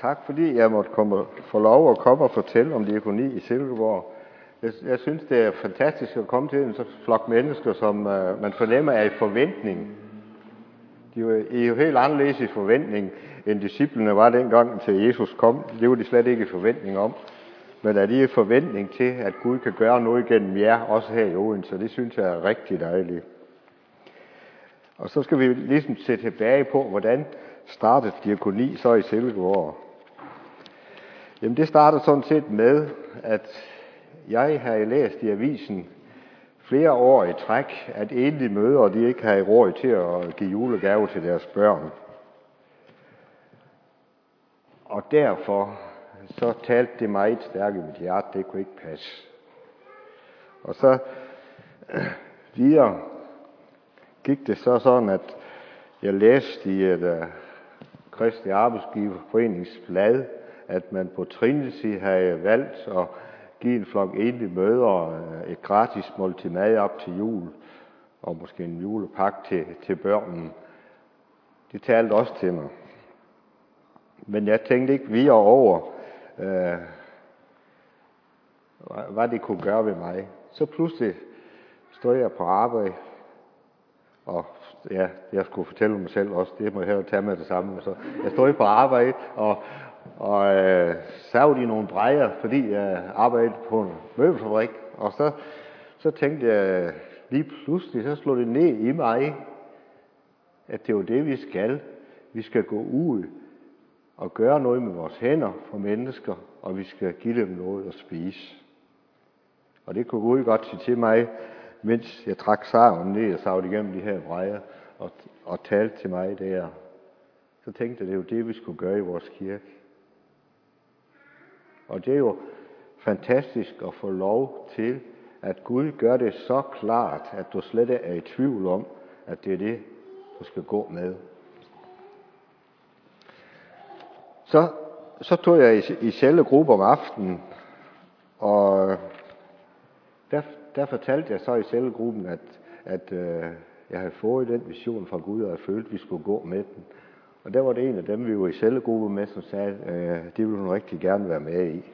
tak fordi jeg måtte få lov at komme og fortælle om diakoni i Silkeborg. Jeg synes, det er fantastisk at komme til en så flok mennesker, som man fornemmer er i forventning. De er jo helt anderledes i forventning, end disciplene var dengang til Jesus kom. Det var de slet ikke i forventning om. Men at de er i forventning til, at Gud kan gøre noget gennem jer, også her i Odense. Så det synes jeg er rigtig dejligt. Og så skal vi ligesom se tilbage på, hvordan startede diakoni så i Silkeborg. Jamen det startede sådan set med, at jeg havde læst i avisen flere år i træk, at enlige mødre de ikke havde råd til at give julegave til deres børn. Og derfor så talte det meget stærkt i mit hjerte, det kunne ikke passe. Og så videre gik det så sådan, at jeg læste i et Kristi Arbejdsgiverforeningsblad, at man på Trinity havde valgt at give en flok enlige mødre et gratis måltid mad op til jul, og måske en julepakke til børnene. Det talte også til mig. Men jeg tænkte ikke videre over, hvad det kunne gøre ved mig. Så pludselig stod jeg på arbejde, og ja, jeg skulle fortælle mig selv også, det må jeg hellere tage med det samme. Så jeg stod på arbejde og savede i nogle brejer, fordi jeg arbejdede på en møbelfabrik. Og så tænkte jeg lige pludselig, så slog det ned i mig, at det var det, vi skal. Vi skal gå ud og gøre noget med vores hænder for mennesker, og vi skal give dem noget at spise. Og det kunne Gud godt sige til mig, mens jeg trak sarven ned og savede igennem de her brejer og talte til mig der. Så tænkte jeg, det er jo det, vi skulle gøre i vores kirke. Og det er jo fantastisk at få lov til, at Gud gør det så klart, at du slet ikke er i tvivl om, at det er det, du skal gå med. Så tog jeg i cellegruppe om aftenen, og der fortalte jeg så i cellegruppen, at jeg havde fået den vision fra Gud, og jeg følte, at vi skulle gå med den. Og der var det en af dem, vi var i cellegruppe med, som sagde, det ville hun rigtig gerne være med i.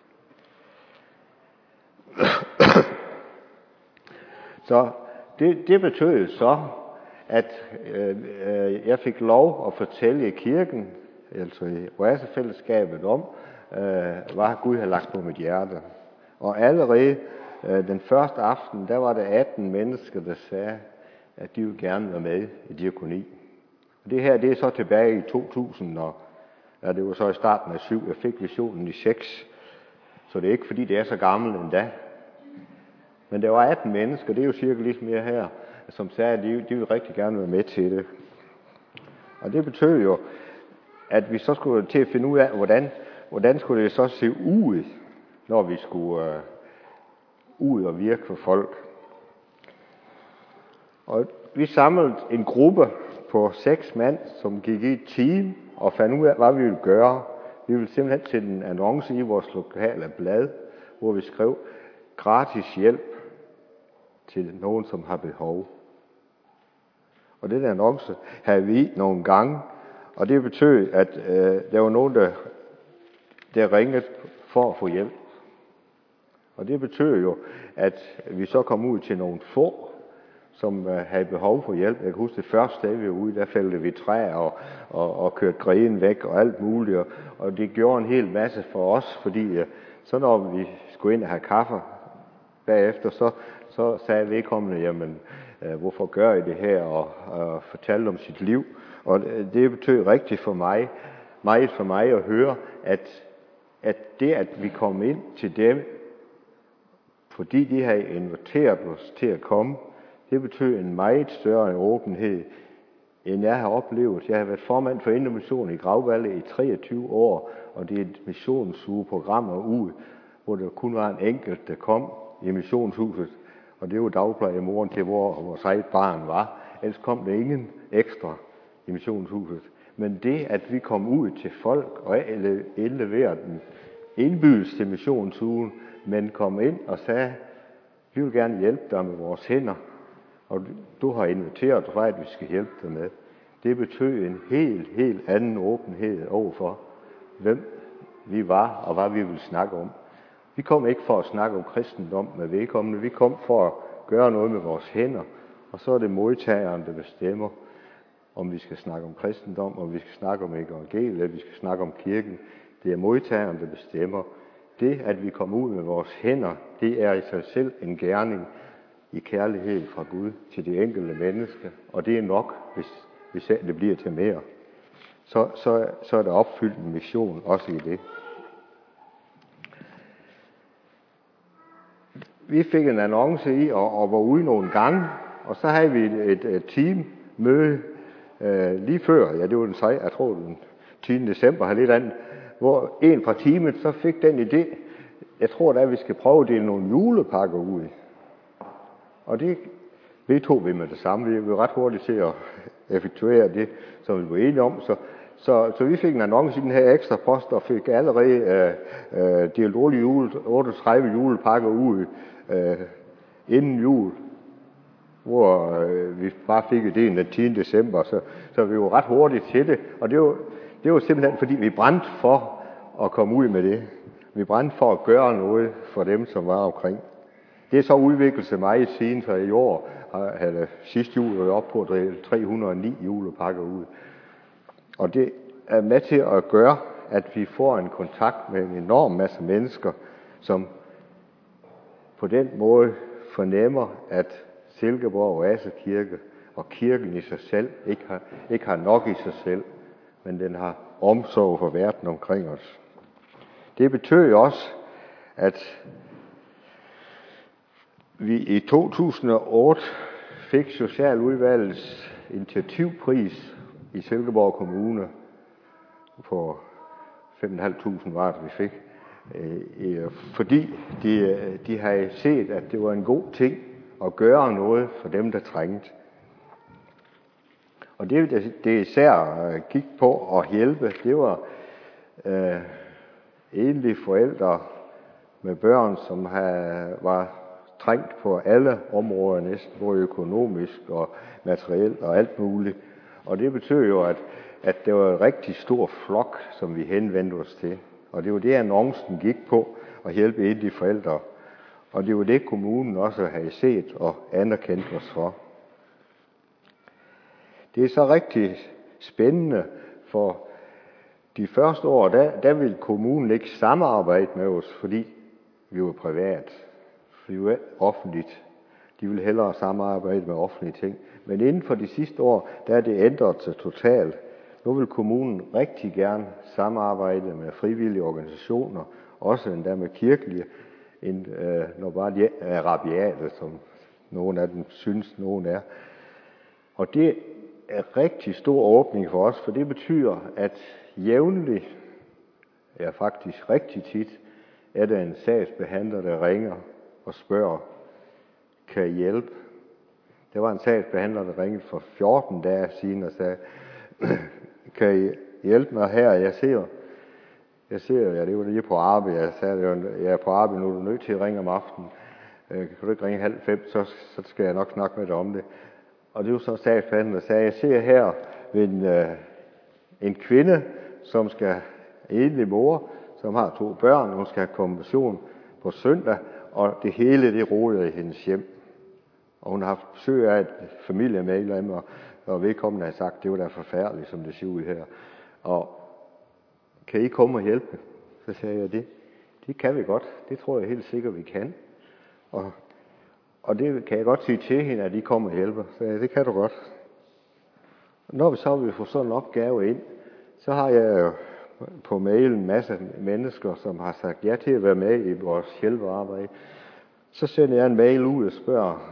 Så det betød så, at jeg fik lov at fortælle i kirken, altså i Oasefællesskabet om, hvad Gud havde lagt på mit hjerte. Og allerede den første aften, der var der 18 mennesker, der sagde, at de ville gerne være med i diakoni. Og det her, det er så tilbage i 2000, og ja, det var så i starten af 7. Jeg fik visionen i 6, så det er ikke fordi, det er så gammelt endda. Men der var 18 mennesker, det er jo cirka ligesom jeg her, som sagde, at de ville rigtig gerne være med til det. Og det betød jo, at vi så skulle til at finde ud af, hvordan skulle det så se ud, når vi skulle ud og virke for folk. Og vi samlede en gruppe på 6 mand, som gik i et team og fandt ud af, hvad vi ville gøre. Vi ville simpelthen sætte en annonce i vores lokale blad, hvor vi skrev gratis hjælp til nogen, som har behov. Og den annonce havde vi nogle gange, og det betød, at der var nogen, der ringede for at få hjælp. Og det betød jo, at vi så kom ud til nogle få, som havde behov for hjælp. Jeg kan huske det første sted, vi var ude, der fældte vi træer og kørte grenen væk og alt muligt. Og det gjorde en hel masse for os, fordi så når vi skulle ind og have kaffe bagefter, så sagde vedkommende, jamen, hvorfor gør I det her, og fortalte om sit liv. Og det betød rigtig meget for mig at høre, at det, at vi kom ind til dem, fordi de havde inviteret os til at komme, det betød en meget større åbenhed, end jeg har oplevet. Jeg har været formand for Indre Mission i Grauballe i 23 år, og det er et missionsugeprogram ud, hvor der kun var en enkelt, der kom i missionshuset, og det var dagplejemoren til, hvor vores eget barn var. Ellers kom der ingen ekstra i missionshuset. Men det, at vi kom ud til folk og indleverede den indbydelse til missionsugen, men kom ind og sagde, vi vil gerne hjælpe dig med vores hænder, og du har inviteret for, at vi skal hjælpe dig med. Det betød en helt anden åbenhed overfor, hvem vi var og hvad vi ville snakke om. Vi kom ikke for at snakke om kristendom med vedkommende. Vi kom for at gøre noget med vores hænder. Og så er det modtageren, der bestemmer, om vi skal snakke om kristendom, om vi skal snakke om evangeliet, vi skal snakke om kirken. Det er modtageren, der bestemmer. Det, at vi kommer ud med vores hænder, det er i sig selv en gerning i kærlighed fra Gud til de enkelte mennesker. Og det er nok, hvis det bliver til mere. Så er der opfyldt en mission også i det. Vi fik en annonce i og var ude nogle gange, og så havde vi et teammøde lige før, det var den 10. december, lidt andet, hvor en fra teamet så fik den idé, jeg tror da, vi skal prøve at dele nogle julepakker ud. Og det vedtog vi med det samme. Vi var ret hurtigt til at effektuere det, som vi var enige om. Så vi fik en annonce i den her ekstra post, og fik allerede delt 38 julepakker ud inden jul, hvor vi bare fik idéen den 10. december. Så vi var ret hurtigt til det, og det var simpelthen fordi vi brændte for at komme ud med det. Vi brændte for at gøre noget for dem, som var omkring. Det er så udviklet sig meget siden, så i år havde sidste jul været op på at dele 309 julepakker ud. Og det er med til at gøre, at vi får en kontakt med en enorm masse mennesker, som på den måde fornemmer, at Silkeborg Oasekirke og kirken i sig selv ikke har nok i sig selv, men den har omsorg for verden omkring os. Det betød også, at vi i 2008 fik Socialudvalgets initiativpris i Silkeborg Kommune på 5.500 var det, vi fik. Fordi de havde set, at det var en god ting at gøre noget for dem, der trængte. Og det især gik på at hjælpe, det var enlige forældre med børn, som var trængt på alle områder næsten, både økonomisk og materielt og alt muligt. Og det betød jo, at det var en rigtig stor flok, som vi henvendte os til. Og det var det, annoncen gik på, at hjælpe enlige forældre. Og det var det, kommunen også havde set og anerkendt os for. Det er så rigtig spændende, for de første år, der ville kommunen ikke samarbejde med os, fordi vi var privat. Vi var offentligt. De ville hellere samarbejde med offentlige ting. Men inden for de sidste år, der er det ændret sig totalt. Nu vil kommunen rigtig gerne samarbejde med frivillige organisationer, også endda med kirkelige, når bare de er rabiate, som nogle af dem synes, nogen er. Og det er rigtig stor åbning for os, for det betyder, at jævnligt, ja faktisk rigtig tit, er der en sagsbehandler, der ringer og spørger, kan I hjælpe? Der var en sagsbehandler, der ringede for 14 dage siden og sagde, kan I hjælpe mig her? Jeg ser, ja, det var lige på arbejde. Jeg sagde, jeg er på arbejde nu, er du nødt til at ringe om aftenen. Kan du ikke ringe 4:30, så skal jeg nok snakke med dig om det. Og det var så sagsbehandler, der sagde, jeg ser her ved en kvinde, som skal enlig mor, som har 2 børn, hun skal have konfirmation på søndag, og det hele det roder i hendes hjem. Og hun har haft besøg af et familiemedlem, og vedkommende har sagt, det var da forfærdeligt, som det ser ud her. Og kan I komme og hjælpe? Så sagde jeg, det kan vi godt. Det tror jeg helt sikkert, vi kan. Og det kan jeg godt sige til hende, at I kommer og hjælper. Så det kan du godt. Når vi så vil få sådan en opgave ind, så har jeg jo på mail en masse mennesker, som har sagt ja til at være med i vores hjælpearbejde. Så sender jeg en mail ud og spørger,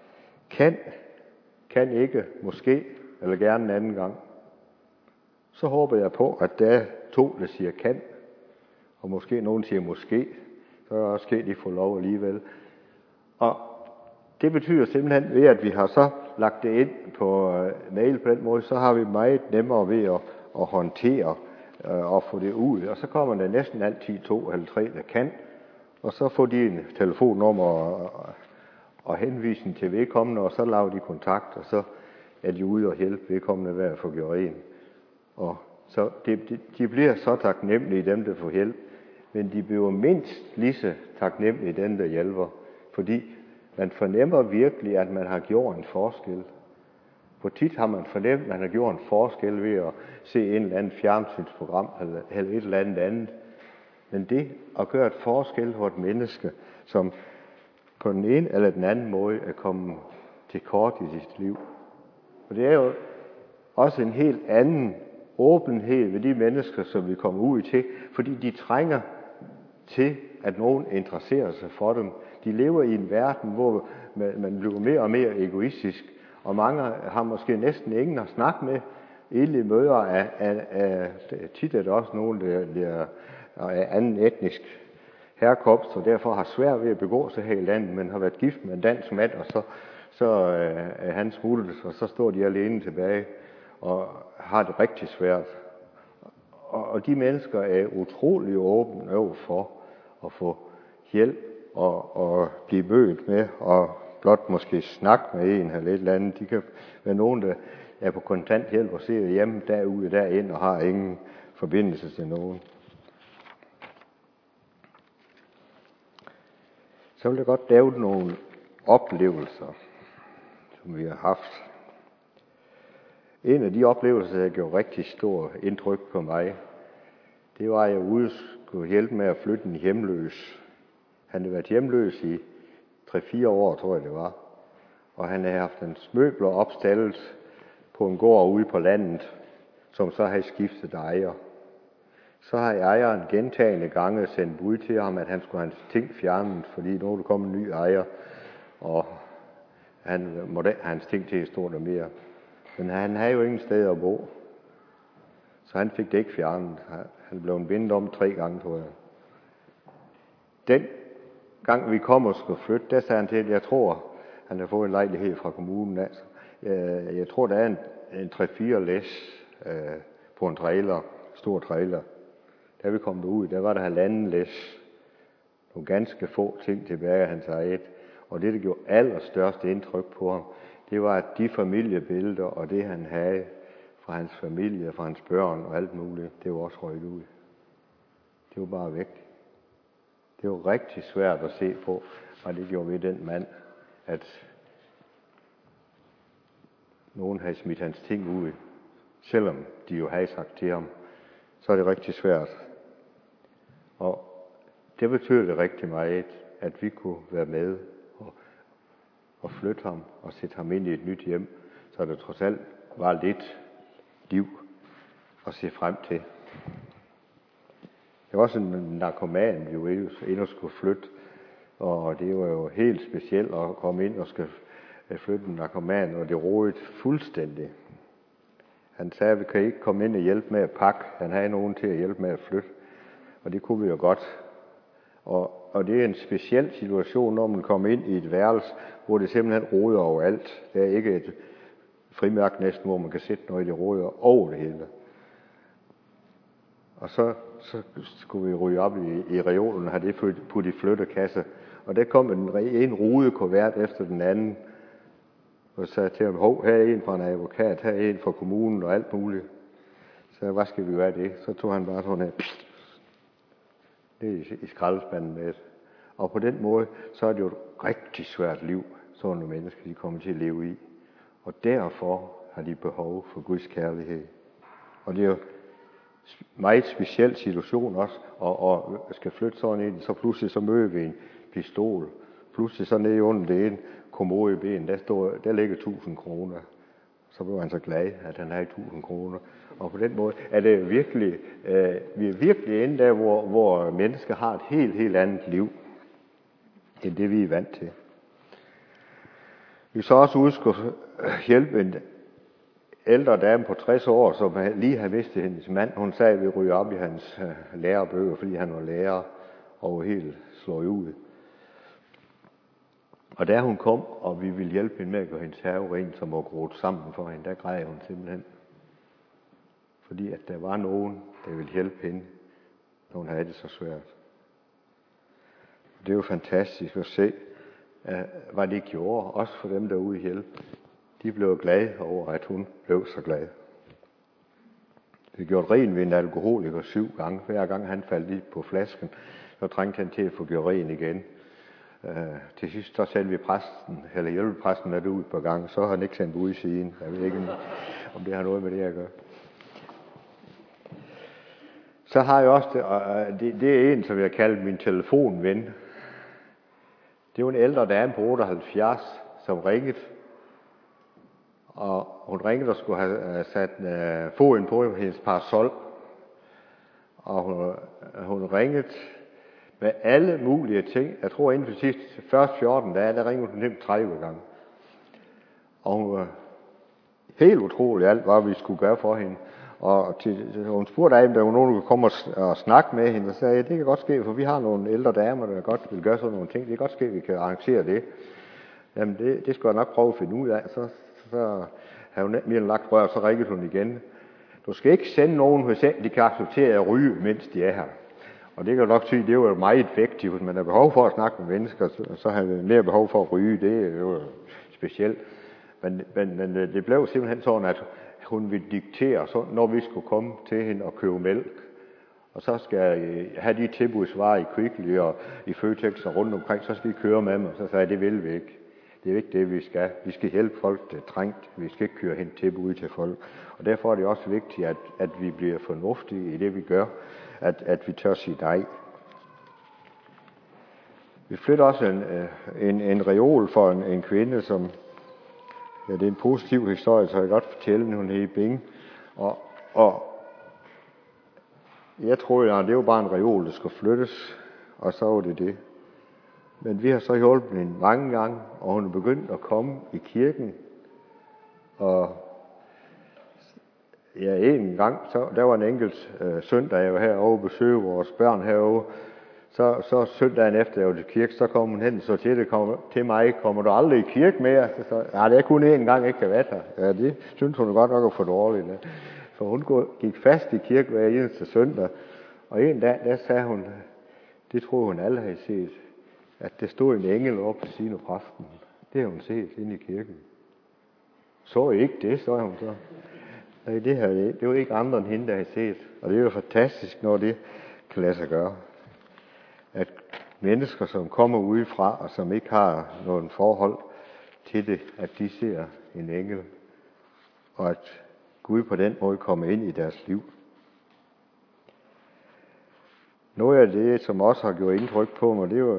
kan ikke, måske, eller gerne en anden gang. Så håber jeg på, at der er 2, der siger kan, og måske nogen siger måske, så er det også sket, de får lov alligevel. Og det betyder simpelthen ved, at vi har så lagt det ind på mail på den måde, så har vi meget nemmere ved at håndtere og få det ud. Og så kommer der næsten altid 2 eller 3, der kan, og så får de en telefonnummer og henvisning til vedkommende, og så laver de kontakt, og så er de ude og hjælpe vedkommende ved at få gjort en. Og Så de bliver så taknemmelige, dem der får hjælp. Men de bliver mindst lige så taknemmelige, dem der hjælper. Fordi man fornemmer virkelig, at man har gjort en forskel. Hvor tit har man fornemt, at man har gjort en forskel ved at se en eller anden fjernsynsprogram eller et eller andet. Men det at gøre et forskel hos et menneske, som på den ene eller den anden måde er kommet til kort i sit liv. Og det er jo også en helt anden åbenhed ved de mennesker, som vi kommer ud til, fordi de trænger til, at nogen interesserer sig for dem. De lever i en verden, hvor man bliver mere og mere egoistisk, og mange har måske næsten ingen at snakke med. Enlige mødre er tit er der også nogen, der er anden etnisk herkomst, og derfor har svært ved at begå sig her i landet, men har været gift med en dansk mand, og så er han smuttet, og så står de alene tilbage og har det rigtig svært. Og de mennesker er utrolig åbne over for at få hjælp og blive mødt med, og blot måske snakke med en eller et eller andet. De kan være nogen, der er på kontanthjælp og sidder hjemme derude derind og har ingen forbindelse til nogen. Så vil jeg godt lave nogle oplevelser, som vi har haft. En af de oplevelser, der gjorde rigtig stor indtryk på mig, det var, at jeg ude skulle hjælpe med at flytte en hjemløs. Han havde været hjemløs i 3-4 år, tror jeg det var. Og han havde haft hans møbler opstallet på en gård ude på landet, som så havde skiftet ejer. Så har ejeren gentagne gange sendt bud til ham, at han skulle have hans ting fjernet, fordi nu er der kommet en ny ejer, og han måtte have hans ting til at stå der mere. Men han havde jo ingen sted at bo, så han fik det ikke fjernet. Han blev vendt om 3 gange, tror jeg. Den gang vi kom og skulle flytte, der sagde han til, at jeg tror, han har fået en lejlighed fra kommunen. Altså. Jeg tror, der er en 3-4 læs på en trailer, stor trailer. Da vi kom derud, der var der 1,5 læs. Nogle ganske få ting tilbage af hans eget. Og det, der gjorde allerstørste indtryk på ham, det var, at de familiebilleder og det, han havde fra hans familie, fra hans børn og alt muligt, det var også røget ud. Det var bare væk. Det var rigtig svært at se på, og det gjorde ved den mand, at nogen havde smidt hans ting ud, selvom de jo havde sagt til ham, så er det rigtig svært. Og det betød det rigtig meget, at vi kunne være med og flytte ham og sætte ham ind i et nyt hjem, så det trods alt var lidt liv at se frem til. Det var også en narkoman, vi jo endnu skulle flytte, og det var jo helt specielt at komme ind og skal flytte en narkoman, og det roede fuldstændig. Han sagde, at vi kan ikke komme ind og hjælpe med at pakke. Han havde nogen til at hjælpe med at flytte, og det kunne vi jo godt. Og det er en speciel situation, når man kommer ind i et værelse, hvor det simpelthen roder overalt. Der er ikke et frimærke næsten, hvor man kan sætte noget, det roder over det hele. Og så skulle vi ryge op i reolen og have det puttet i flyttekasse. Og der kom en rudekuvert efter den anden. Og så sagde til ham, her er en fra en advokat, her er en fra kommunen og alt muligt. Så hvad skal vi være det? Så tog han bare sådan her, det er i skraldespanden med. Og på den måde, så er det jo et rigtig svært liv, sådan nogle mennesker, de kommer til at leve i. Og derfor har de behov for Guds kærlighed. Og det er jo meget speciel situation også, og skal flytte sådan ind, så pludselig så møder vi en pistol. Pludselig så nede under det ene kommode i ben, der ligger 1000 kroner. Så blev han så glad, at han havde 1000 kroner. Og på den måde er det virkelig, vi er virkelig inde der, hvor mennesker har et helt andet liv, end det vi er vant til. Vi så også ude skulle hjælpe en ældre dame på 60 år, som lige havde mistet hendes mand. Hun sagde, at vi ryger op i hans lærerbøger, fordi han var lærer og helt slået ud. Og da hun kom, og vi ville hjælpe hende med at gå hendes have rent, som var groet sammen for hende, der græd hun simpelthen. Fordi at der var nogen, der ville hjælpe hende, når hun havde det så svært. Det er jo fantastisk at se, hvad det gjorde, også for dem derude i hjælp. De blev glade over, at hun blev så glad. Vi gjort ren ved en alkoholiker 7 gange. Hver gang han faldt i på flasken, så trængte han til at få gjort ren igen. Til sidst så sendte vi præsten, eller hjælpepræsten med det ud på gang, så har han ikke sendt ud i siden. Jeg ved ikke, om det har noget med det at gøre. Så har jeg også, det er en, som jeg kalder min telefonven. Det er jo en ældre dame på 78, som ringede. Og hun ringede og skulle have sat foden på hendes parasol. Og hun ringede med alle mulige ting. Jeg tror inden for de sidste første 14 dage, der ringede hun nemt 30 gange. Og hun var helt utrolig alt, hvad vi skulle gøre for hende. Og hun spurgte af, om der var nogen, der kunne komme og snakke med hende. Og sagde, det kan godt ske, for vi har nogle ældre damer, der godt vil gøre sådan nogle ting. Det kan godt ske, at vi kan arrangere det. Jamen, det skal jeg nok prøve at finde ud af. Så havde hun mere lagt rør, så ringede hun igen. Du skal ikke sende nogen, hvis de kan acceptere at ryge, mens de er her. Og det kan jeg nok sige, det er jo meget vigtigt. Hvis man har behov for at snakke med mennesker, så har man mere behov for at ryge. Det er jo specielt. Men det blev simpelthen sådan, at hun ville diktere, så når vi skulle komme til hende og købe mælk. Og så skal jeg have de tilbudsvarer i Kvickly og i Føtex og rundt omkring, så skal I køre med dem. Og så sagde jeg, det vil vi ikke. Det er ikke det, vi skal. Vi skal hjælpe folk, der er trængt. Vi skal ikke køre hen tilbud til folk. Og derfor er det også vigtigt, at vi bliver fornuftige i det, vi gør. At vi tør sige nej. Vi flytter også en reol for en kvinde, som... Ja, det er en positiv historie, så jeg kan godt fortælle, at hun hed Bing. Og jeg troede, at det var bare en reol, der skulle flyttes. Og så var det det. Men vi har så hjulpet hende mange gange, og hun er begyndt at komme i kirken. Og ja, en gang, så der var en enkelt søndag, jeg var herovre og besøgte vores børn herovre. Så søndagen efter jeg var til kirke, så kom hun hen så til mig, kommer du aldrig i kirke mere? Så ja, det er kun én gang, ikke kan være her. Ja, det synes hun godt nok er for dårligt. Ja. Så hun gik fast i kirke hver eneste søndag. Og en dag, der sagde hun, det troede hun alle havde set, at der stod en engel oppe på siden af præsten. Det har hun set inde i kirken. Så ikke det, så hun så. Nej, det var ikke andre end hende, der havde set. Og det er jo fantastisk, når det kan lade sig gøre. At mennesker, som kommer udefra, og som ikke har noget forhold til det, at de ser en engel. Og at Gud på den måde kommer ind i deres liv. Noget af det, som også har gjort indtryk på mig, det var,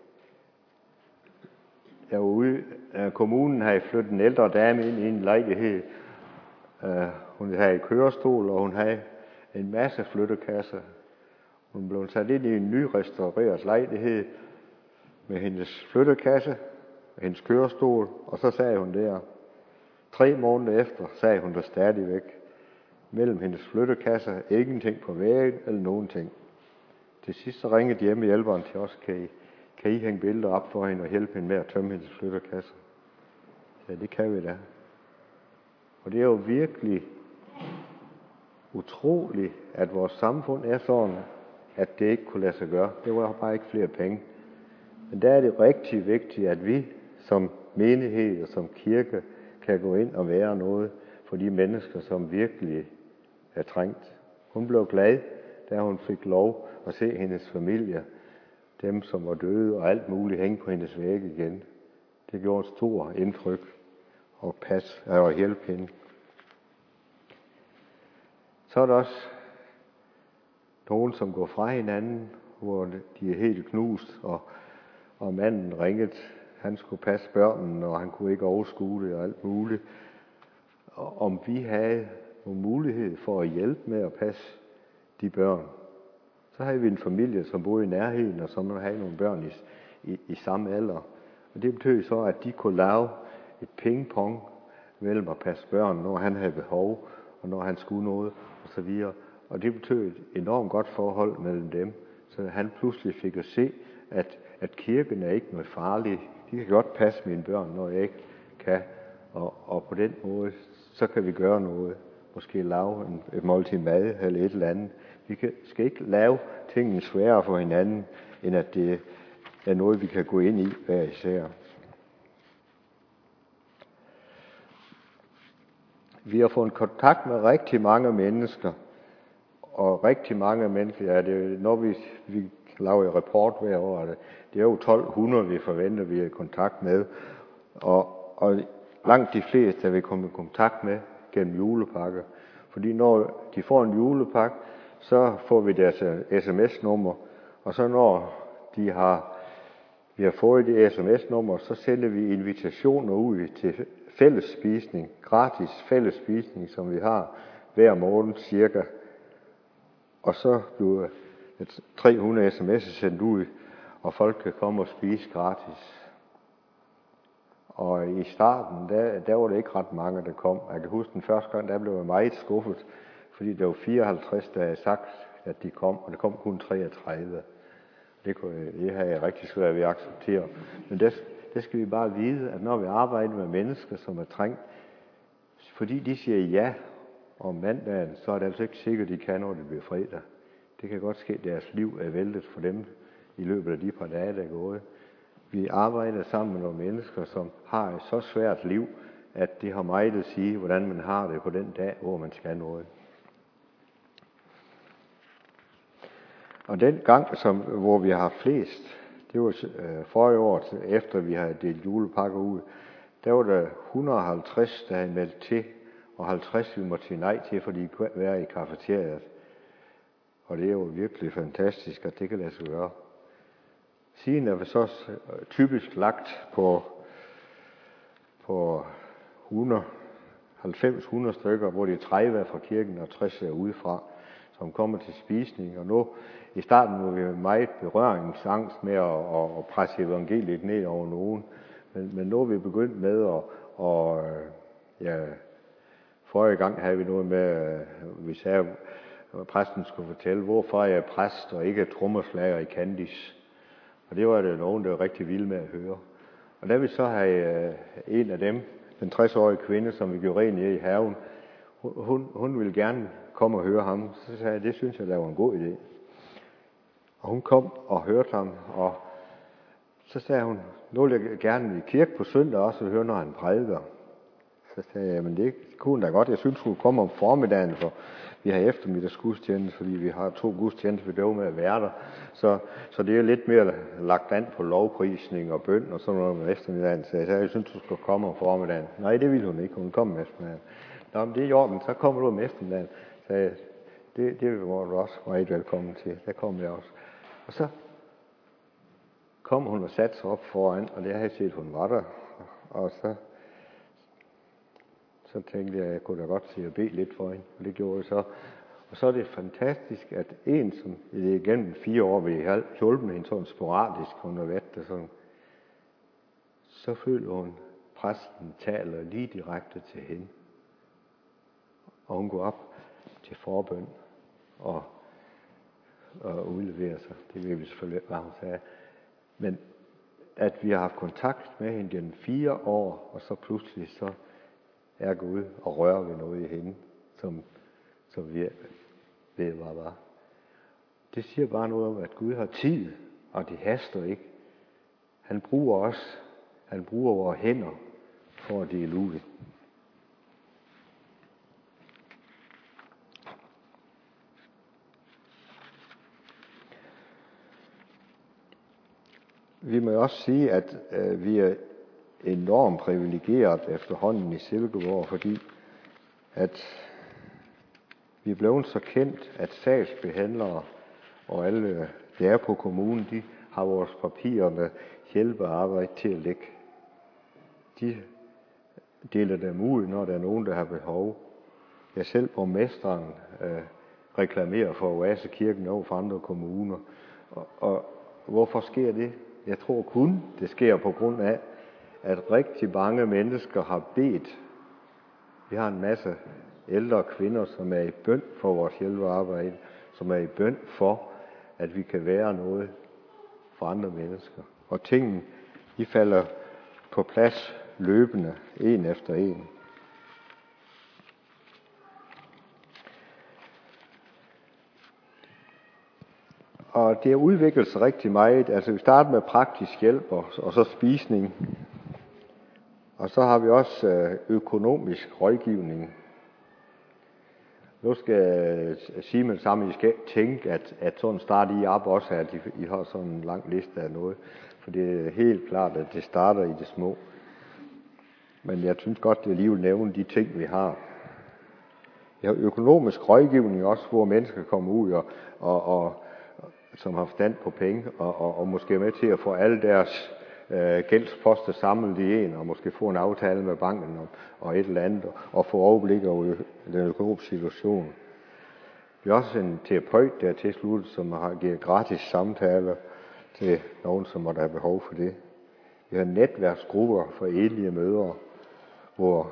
jeg var ude, kommunen havde flyttet en ældre dame ind i en lejlighed. Hun havde kørestol, og hun havde en masse flyttekasser. Hun blev sat ind i en nyrestaureret lejlighed med hendes flyttekasse, hendes kørestol, og så sagde hun der. 3 måneder efter sagde hun der stadigvæk. Mellem hendes flyttekasser, ingenting på væggen eller nogen ting. Til sidst så ringede hjemmehjælperen til os, kan I hænge billeder op for hende og hjælpe hende med at tømme hendes flyttekasser? Ja, det kan vi da. Og det er jo virkelig utroligt, at vores samfund er sådan, at det ikke kunne lade sig gøre. Det var bare ikke flere penge. Men der er det rigtig vigtigt, at vi som menighed og som kirke kan gå ind og være noget for de mennesker, som virkelig er trængt. Hun blev glad, da hun fik lov at se hendes familie, dem som var døde og alt muligt hænge på hendes væg igen. Det gjorde et stort indtryk og hjælpe hende. Så er der også nogen, som går fra hinanden, hvor de er helt knust, og manden ringede. Han skulle passe børnene, og han kunne ikke overskue det og alt muligt. Og om vi havde nogle mulighed for at hjælpe med at passe de børn, så havde vi en familie, som boede i nærheden, og som havde nogle børn i samme alder. Og det betød så, at de kunne lave et pingpong mellem at passe børn, når han havde behov, og når han skulle noget, osv. Og det betød et enormt godt forhold mellem dem. Så han pludselig fik at se, at kirken er ikke noget farligt. De kan godt passe mine børn, når jeg ikke kan. Og på den måde, så kan vi gøre noget. Måske lave et måltid mad eller et eller andet. Vi skal ikke lave tingene sværere for hinanden, end at det er noget, vi kan gå ind i hver især. Vi har fået kontakt med rigtig mange mennesker, Og rigtig mange mennesker, ja, det, når vi laver en rapport hver år, det er jo 1200, vi forventer, vi er i kontakt med. Og langt de fleste er vi kommet i kontakt med gennem julepakker. Fordi når de får en julepakke, så får vi deres sms-nummer, og så når vi har fået det sms-nummer, så sender vi invitationer ud til fællesspisning, gratis fællesspisning, som vi har hver måned cirka. Og så bliver 300 sms'er sendt ud, og folk kan komme og spise gratis. Og i starten, der var det ikke ret mange, der kom. Jeg kan huske den første gang, der blev jeg meget skuffet, fordi der var 54, der havde sagt, at de kom, og der kom kun 33. Det har jeg rigtig svært ved at acceptere. Men der skal vi bare vide, at når vi arbejder med mennesker, som er trængt, fordi de siger ja om mandagen, så er det altså ikke sikkert, at de kan, når det bliver fredag. Det kan godt ske, at deres liv er væltet for dem i løbet af de par dage, der er gået. Vi arbejder sammen med nogle mennesker, som har et så svært liv, at det har meget at sige, hvordan man har det på den dag, hvor man skal noget. Og den gang, hvor vi har haft flest, det var forrige år, efter vi havde delt julepakker ud, der var der 150, der havde meldt til, og 50 vi måtte sige nej til, fordi de kunne være i kafeteriet. Og det er jo virkelig fantastisk, at det kan lade sig gøre. Siden er vi så typisk lagt på 90-100 stykker, hvor det er 30 er fra kirken og 60 er udefra, som kommer til spisning. Og nu i starten var vi meget berøringsangst med at presse evangeliet ned over nogen. Men nu er vi begyndt med forrige gang havde vi noget med, vi sagde, at præsten skulle fortælle, hvorfor jeg er præst og ikke trommeslager i Candice. Og det var det nogen, der var rigtig vilde med at høre. Og da vi så havde en af dem, den 60-årige kvinde, som vi gjorde ren i haven, hun ville gerne komme og høre ham. Så sagde jeg, det synes jeg, der var en god idé. Og hun kom og hørte ham, og så sagde hun, nu vil jeg gerne i kirke på søndag også og høre, når han prædiker. Så sagde jeg, men det kunne da godt. Jeg synes, hun komme om formiddagen, for vi har eftermiddagsgudstjeneste, fordi vi har 2 gudstjenester, vi døver med at være der. Så det er lidt mere lagt an på lovprisning og bøn og sådan noget med eftermiddagen. Så jeg sagde, jeg synes, du skulle komme om formiddagen. Nej, det ville hun ikke. Hun kom om eftermiddagen. Nå, men det er i orden, så kommer du om eftermiddagen. Så jeg, det var du også meget velkommen til. Der kom jeg også. Og så kom hun og satte sig op foran, og det havde jeg set, hun var der. Og så tænkte jeg kunne da godt sige at bede lidt for hende, og det gjorde jeg så. Og så er det fantastisk, at en, som igennem 4 år vi har hjulpet hende sådan sporadisk, hun har været der sådan, så føler hun, præsten taler lige direkte til hende. Og hun går op til forbøn og udleverer sig. Det ved vi selvfølgelig ikke, hvad hun sagde. Men at vi har haft kontakt med hende gennem 4 år, og så pludselig så er Gud og rører ved noget i hende, som vi ved, hvad var. Det siger bare noget om, at Gud har tid, og det haster ikke. Han bruger os. Han bruger vores hænder for at dele ud. Vi må også sige, at vi er enormt privilegeret efterhånden i Silkeborg, fordi at vi er blevet så kendt, at sagsbehandlere og alle, der er på kommunen, de har vores papirer med hjælpearbejde til at lægge. De deler dem ud, når der er nogen, der har behov. Jeg selv borgmesteren reklamerer for Oasekirken over for andre kommuner. Og hvorfor sker det? Jeg tror kun, det sker på grund af, at rigtig mange mennesker har bedt. Vi har en masse ældre kvinder, som er i bøn for vores hjælpearbejde, som er i bøn for, at vi kan være noget for andre mennesker. Og tingene, de falder på plads løbende, en efter en. Og det har udviklet sig rigtig meget. Altså vi starter med praktisk hjælp og så spisning. Og så har vi også økonomisk rådgivning. nu skal Simon sammen, I skal tænke, at sådan starter I op også, at I har sådan en lang liste af noget. For det er helt klart, at det starter i det små. Men jeg synes godt, det alligevel nævne de ting, vi har. Jeg har økonomisk rådgivning også, hvor mennesker kommer ud, og som har forstand på penge, og måske er med til at få alle deres gældsposter samlet i en, og måske få en aftale med banken og et eller andet, og få overblik over den økonomiske situation. Vi har også en terapeut der til slut, som har givet gratis samtaler til nogen, som måtte have behov for det. Vi har netværksgrupper for enlige mødre, hvor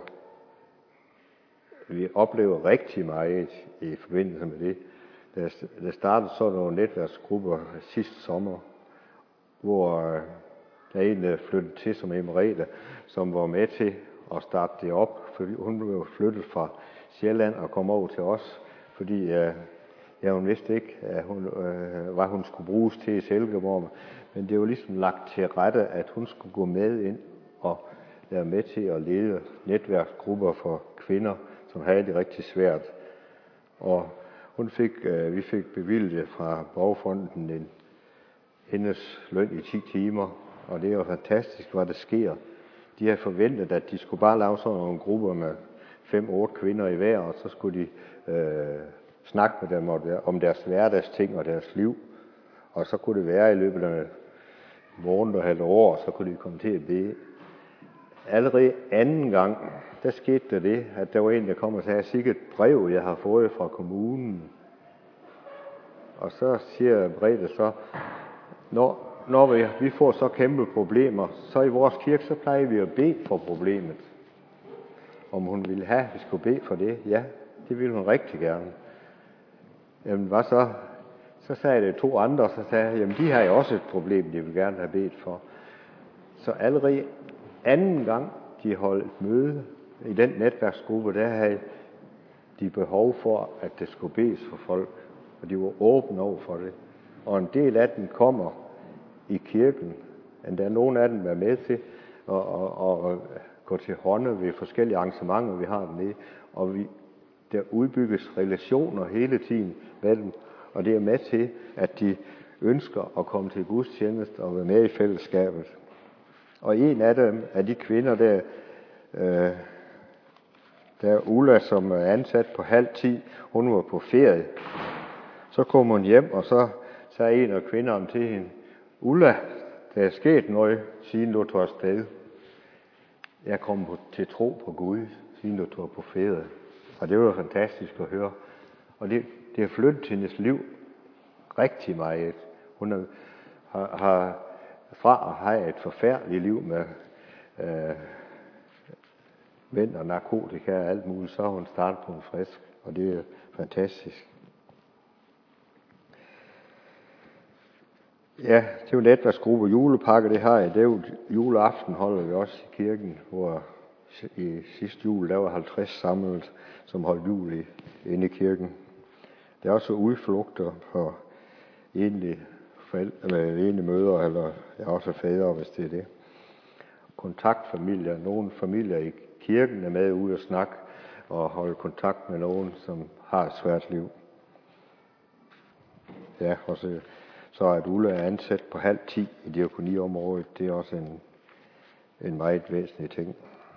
vi oplever rigtig meget i forbindelse med det. Der startede sådan nogle netværksgrupper sidste sommer, hvor der er en, der flyttede til som Merete, som var med til at starte det op, fordi hun blev flyttet fra Sjælland og kom over til os, fordi hun vidste ikke, hvad hun skulle bruges til i Silkeborg, men det var ligesom lagt til rette, at hun skulle gå med ind og være med til at lede netværksgrupper for kvinder, som havde det rigtig svært. Og vi fik bevilget fra Borgerfonden hendes løn i 10 timer, og det er jo fantastisk, hvad der sker. De havde forventet, at de skulle bare lave sådan nogle grupper med 5-8 kvinder i hver, og så skulle de snakke med dem om deres hverdagsting og deres liv. Og så kunne det være i løbet af måned og halvt år, så kunne de komme til at bede. Allerede anden gang, der skete der det, at der var en, der kom og sagde, sikkert et brev, jeg har fået fra kommunen. Og så siger Brede så, når vi får så kæmpe problemer, så i vores kirke, så plejer vi at bede for problemet. Om hun ville have, at vi skulle bede for det. Ja, det ville hun rigtig gerne. Jamen hvad så? Så sagde det 2 andre, så sagde jeg, jamen de har jo også et problem, de vil gerne have bedt for. Så allerede anden gang, de holdt møde i den netværksgruppe, der havde de behov for, at det skulle bedes for folk. Og de var åbne over for det. Og en del af dem kommer i kirken. Endda nogle af dem er med til at gå til hånde ved forskellige arrangementer, vi har dernede. Og der udbygges relationer hele tiden med dem. Og det er med til, at de ønsker at komme til gudstjeneste og være med i fællesskabet. Og en af dem, af de kvinder, der er Ulla, som er ansat på 9:30, hun var på ferie. Så kom hun hjem, og så sagde en af kvinderne til hende, Ulla, der er sket noget, siden du tog afsted. Jeg kom til tro på Gud, siden du tog på ferie. Og det var fantastisk at høre. Og det har flyttet hendes liv rigtig meget. Hun har fra at have et forfærdeligt liv med mænd og narkotika og alt muligt, så har hun startet på en frisk, og det er fantastisk. Ja, det er jo netværksgruppe julepakke, det har jeg. Det er jo juleaften holder vi også i kirken, hvor i sidste jul, der var 50 samlet, som holdt jul inde i kirken. Der er også udflugter for enlige mødre, eller også fædre, hvis det er det. Kontaktfamilier, nogle familier i kirken er med ude og snakke og holde kontakt med nogen, som har et svært liv. Ja, og så at Ulla er ansat på 9:30 i diakoniområdet, det er også en meget væsentlig ting.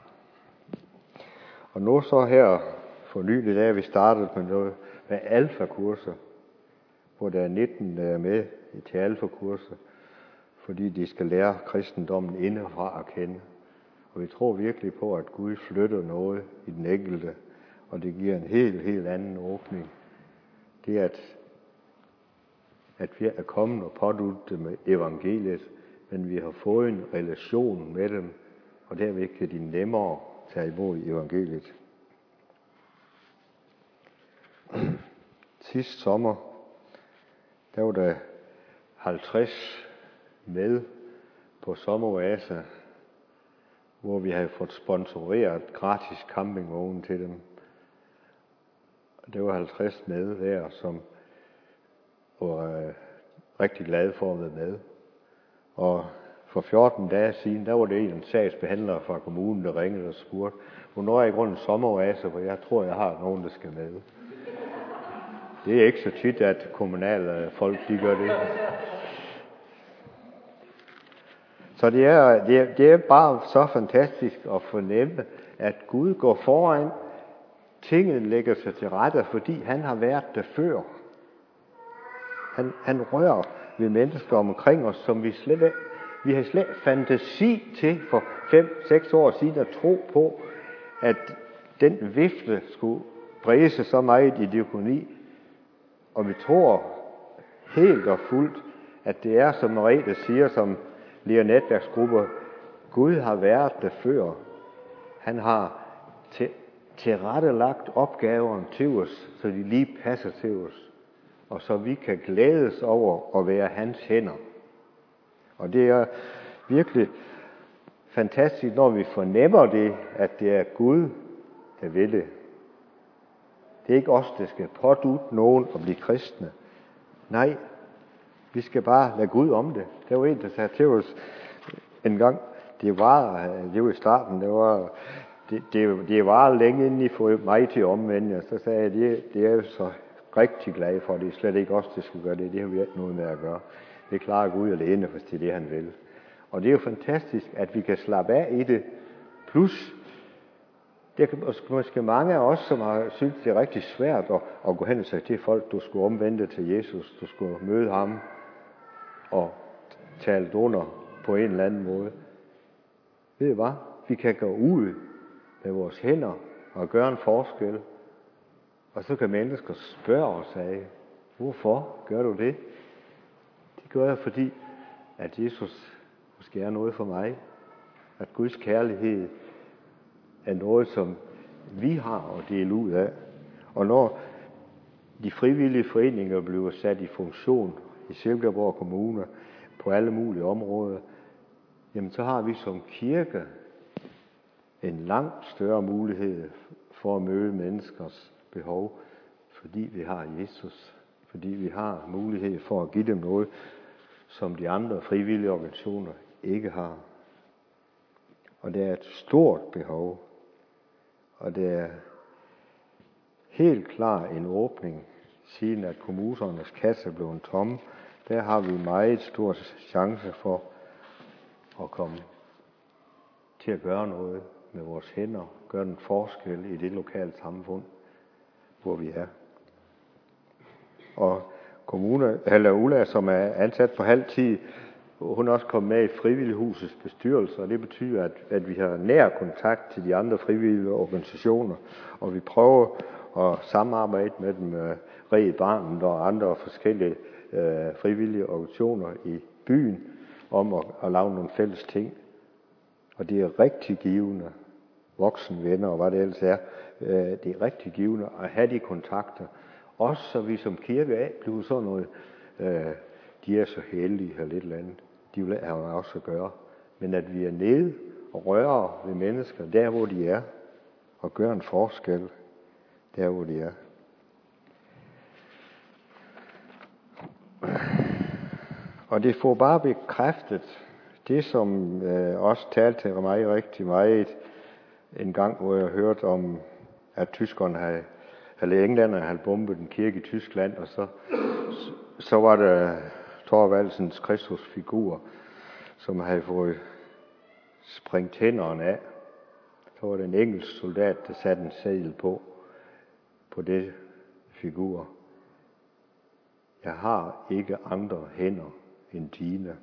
Og nu så her for nylig, da vi startede med noget med alfakurser, hvor der er 19, der er med til alfakurser, fordi de skal lære kristendommen indefra at kende. Og vi tror virkelig på, at Gud flytter noget i den enkelte, og det giver en helt anden åbning. Det er, at vi er kommet og påduttet dem med evangeliet, men vi har fået en relation med dem, og derved kan de nemmere tage imod evangeliet. Sidste sommer, der var der 50 med på sommeroase, hvor vi havde fået sponsoreret gratis campingvogn til dem. Det var 50 med der, som var rigtig glade for at være med. Og for 14 dage siden, der var det en sagsbehandler fra kommunen, der ringede og spurgte, hvornår er i grunden sommeroase, for jeg tror, jeg har nogen, der skal med. Det er ikke så tit, at kommunale folk, de gør det. Så det er bare så fantastisk at fornemme, at Gud går foran. Tinget lægger sig til rette, fordi han har været der før. Han rører ved mennesker omkring os, som vi har slet fantasi til for 5-6 år siden at tro på, at den vifte skulle brede sig så meget i diakoni. Og vi tror helt og fuldt, at det er, som Merete siger, som leder netværksgrupper, Gud har været der før. Han har tilrettelagt opgaverne til os, så de lige passer til os. Og så vi kan glædes over at være hans hænder. Og det er virkelig fantastisk, når vi fornemmer det, at det er Gud, der vil det. Det er ikke os, der skal pådutte nogen at blive kristne. Nej, vi skal bare lade Gud om det. Der var en, der sagde til os en gang, det var i starten, det var længe inden I får mig til omvende. Så sagde jeg, det er jo så rigtig glad for, det er slet ikke os, der skal gøre det. Det har vi ikke noget med at gøre. Det klarer Gud alene, hvis det er det, han vil. Og det er jo fantastisk, at vi kan slappe af i det. Plus, det er måske mange af os, som har synes det er rigtig svært at gå hen og sige til folk, du skulle omvende til Jesus, du skulle møde ham og tale under på en eller anden måde. Ved I hvad? Vi kan gå ud med vores hænder og gøre en forskel. Og så kan mennesker spørge os af, hvorfor gør du det? Det gør jeg, fordi at Jesus måske er noget for mig. At Guds kærlighed er noget, som vi har at dele ud af. Og når de frivillige foreninger bliver sat i funktion i Silkeborg Kommune på alle mulige områder, jamen så har vi som kirke en langt større mulighed for at møde menneskers behov, fordi vi har Jesus. Fordi vi har mulighed for at give dem noget, som de andre frivillige organisationer ikke har. Og det er et stort behov. Og det er helt klar en åbning, siden at kommunernes kasse blev tomme. Der har vi meget stor chance for at komme til at gøre noget med vores hænder, gøre en forskel i det lokale samfund, hvor vi er. Og Ulla, som er ansat på halv tid, hun er også kommet med i Frivillighusets bestyrelse, og det betyder, at vi har nær kontakt til de andre frivillige organisationer, og vi prøver at samarbejde med dem, Red Barnet og andre forskellige frivillige organisationer i byen, om at lave nogle fælles ting. Og det er rigtig givende, voksenvenner og hvad det ellers er, det er rigtig givende at have de kontakter. Også så vi som kirke af bliver sådan noget, de er så heldige eller lidt eller andet. De vil have også at gøre. Men at vi er nede og rører ved mennesker, der hvor de er, og gør en forskel, der hvor de er. Og det får bare bekræftet det, som også talte til mig rigtig meget en gang, hvor jeg hørte om, at tyskerne eller englænderne havde bombet en kirke i Tyskland, og så var der Thorvaldsens Kristusfigur, som havde fået sprængt hænderne af. Så var der en engelsk soldat, der satte en seddel på det figur. Jeg har ikke andre hænder end dine.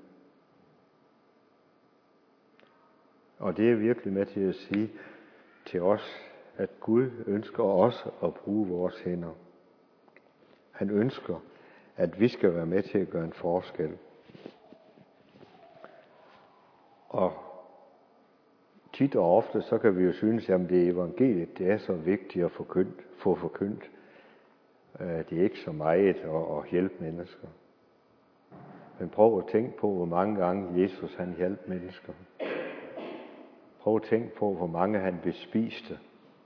Og det er virkelig med til at sige til os, at Gud ønsker også at bruge vores hænder. Han ønsker, at vi skal være med til at gøre en forskel. Og tit og ofte, så kan vi jo synes, at det evangeliet, det er så vigtigt at få forkyndt. Det er ikke så meget at hjælpe mennesker. Men prøv at tænke på, hvor mange gange Jesus han hjalp mennesker. Prøv at tænke på, hvor mange han bespiste.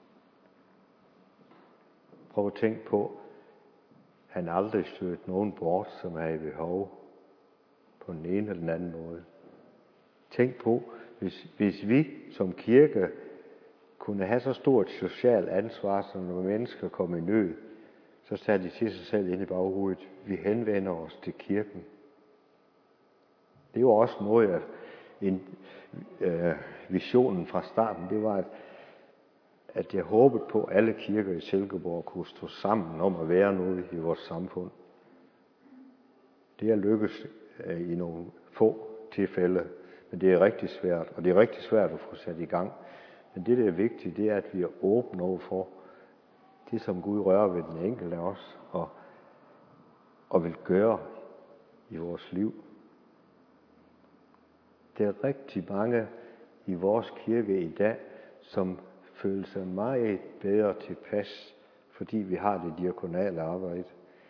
Prøv at tænke på, han aldrig stødte nogen bort, som er i behov på den ene eller den anden måde. Tænk på, hvis vi som kirke kunne have så stort socialt ansvar, som når mennesker kommer i nød, så satte de til sig selv ind i baghovedet, vi henvender os til kirken. Det var også noget af visionen fra starten. Det var, at jeg håbede på, at alle kirker i Silkeborg kunne stå sammen om at være noget i vores samfund. Det er lykkes i nogle få tilfælde, men det er rigtig svært, og det er rigtig svært at få sat i gang. Men det, der er vigtigt, det er, at vi er åbne over for det, som Gud rører ved den enkelte af os, og vil gøre i vores liv. Der er rigtig mange i vores kirke i dag, som føler sig meget bedre tilpas, fordi vi har det diakonale arbejde.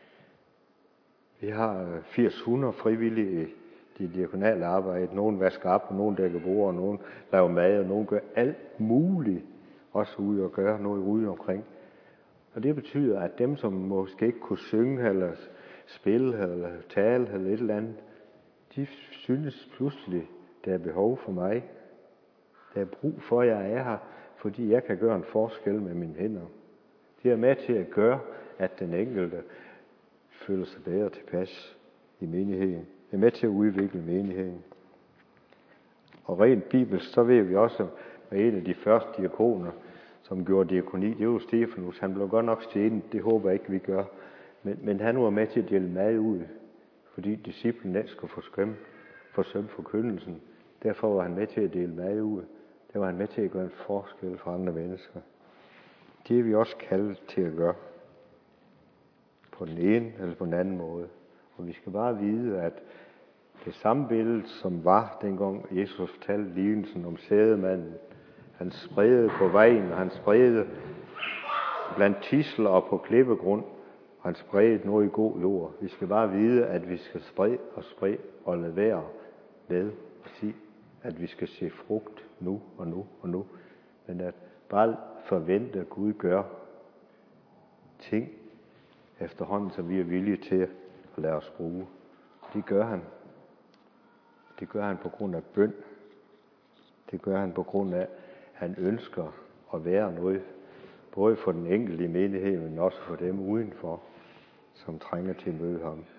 Vi har 800 frivillige i det diakonale arbejde. Nogle vasker op, og nogle dækker bord, og nogle laver mad, og nogle gør alt muligt, også ude og gøre noget ude omkring. Og det betyder, at dem, som måske ikke kunne synge, eller spille, eller tale, eller et eller andet, de synes pludselig, der er behov for mig. Der er brug for, at jeg er her, fordi jeg kan gøre en forskel med mine hænder. Det er med til at gøre, at den enkelte føler sig bedre tilpas i menigheden. Det er med til at udvikle menigheden. Og rent bibelsk, så ved vi også, at en af de første diakoner, som gjorde diakoni, det var Stefanus. Han blev godt nok stenet, det håber jeg ikke, vi gør. Men han var med til at dele mad ud, fordi disciplen ikke skulle forsømme forkyndelsen. Derfor var han med til at dele mad ud. Der var han med til at gøre en forskel for andre mennesker. Det er vi også kaldet til at gøre. På den ene eller på den anden måde. Og vi skal bare vide, at det samme billede, som var dengang Jesus fortalte lignelsen om sædemanden, han spredte på vejen, og han spredte blandt tisler og på klippegrund, og han spredte noget i god jord. Vi skal bare vide, at vi skal sprede og lade være med at sige, at vi skal se frugt nu og nu og nu. Men at bare forvente, at Gud gør ting efterhånden, som vi er villige til at lade os bruge. Det gør han. Det gør han på grund af bøn. Det gør han på grund af, at han ønsker at være noget, både for den enkelte i menigheden, men også for dem udenfor, som trænger til at møde ham.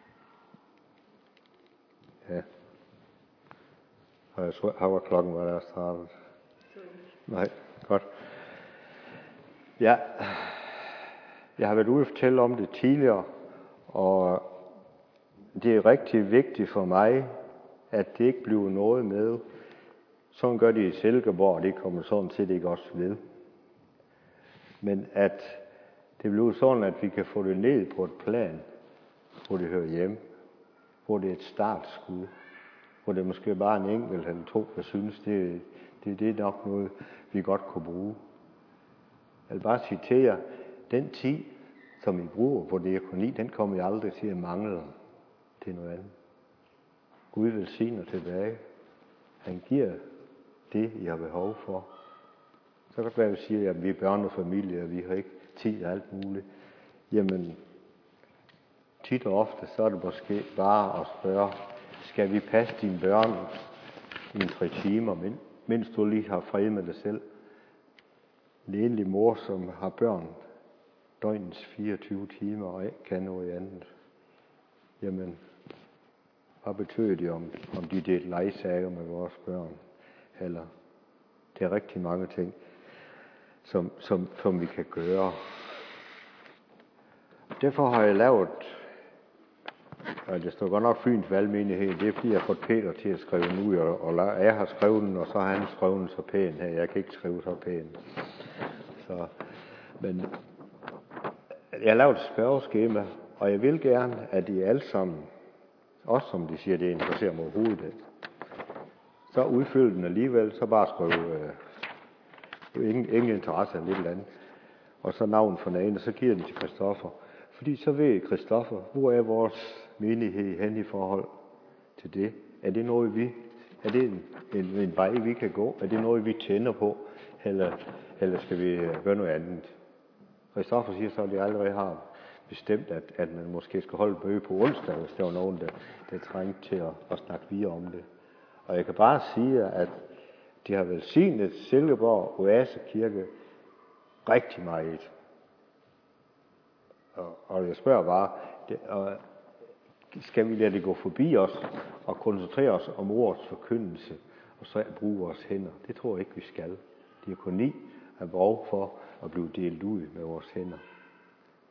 Ja. Og jeg tror, her var klokken, var der startet. Nej, godt. Ja, jeg har været ude og fortælle om det tidligere, og det er rigtig vigtigt for mig, at det ikke bliver noget med. Sådan gør de i Silkeborg, og det kommer sådan set ikke også ved. Men at det bliver sådan, at vi kan få det ned på et plan, hvor det hører hjemme, hvor det er et startskud, hvor det måske bare en enkelt eller to, der synes, det er nok noget, vi godt kunne bruge. Jeg vil bare citere, den tid, som I bruger på diakoni, den kommer I aldrig til at mangle til noget andet. Gud velsigner tilbage. Han giver det, I har behov for. Så kan det være, at vi siger, at vi er børn og familie, og vi har ikke tid og alt muligt. Jamen, tit og ofte, så er det måske bare at spørge, skal vi passe dine børn i 3 timer, mens du lige har fred med dig selv? En enlig mor, som har børn døgnets 24 timer og ikke kan noget andet. Jamen, hvad betyder det, om de delte legesager med vores børn? Eller, det er rigtig mange ting, som vi kan gøre. Derfor har jeg lavet, og det står godt nok Fyns Valgmenighed, det er fordi jeg har fået Peter til at skrive den ud, og jeg har skrevet den, og så har han skrevet den så pænt her. Jeg kan ikke skrive så pænt. Men jeg har lavet et spørgeskema, og jeg vil gerne, at I alle sammen, også som de siger, det interesserer mig overhovedet, så udfylde den alligevel, så bare skrive ingen interesse eller lidt eller andet. Og så navn for en, og så giver den til Christoffer. Fordi så ved Christoffer, hvor er vores menighed hen i forhold til det? Er det noget er det en vej, vi kan gå? Er det noget, vi tænder på? Eller skal vi gøre noget andet? Christoffer siger så, at de allerede har bestemt, at man måske skal holde bøge på onsdag, hvis der var nogen, der trængte til at snakke videre om det. Og jeg kan bare sige, at de har velsignet Silkeborg Oase Kirke rigtig meget. Og jeg spørger bare, skal vi lade det gå forbi os og koncentrere os om ordets forkyndelse, og så bruge vores hænder? Det tror jeg ikke, vi skal. Diakoni har behov for at blive delt ud med vores hænder.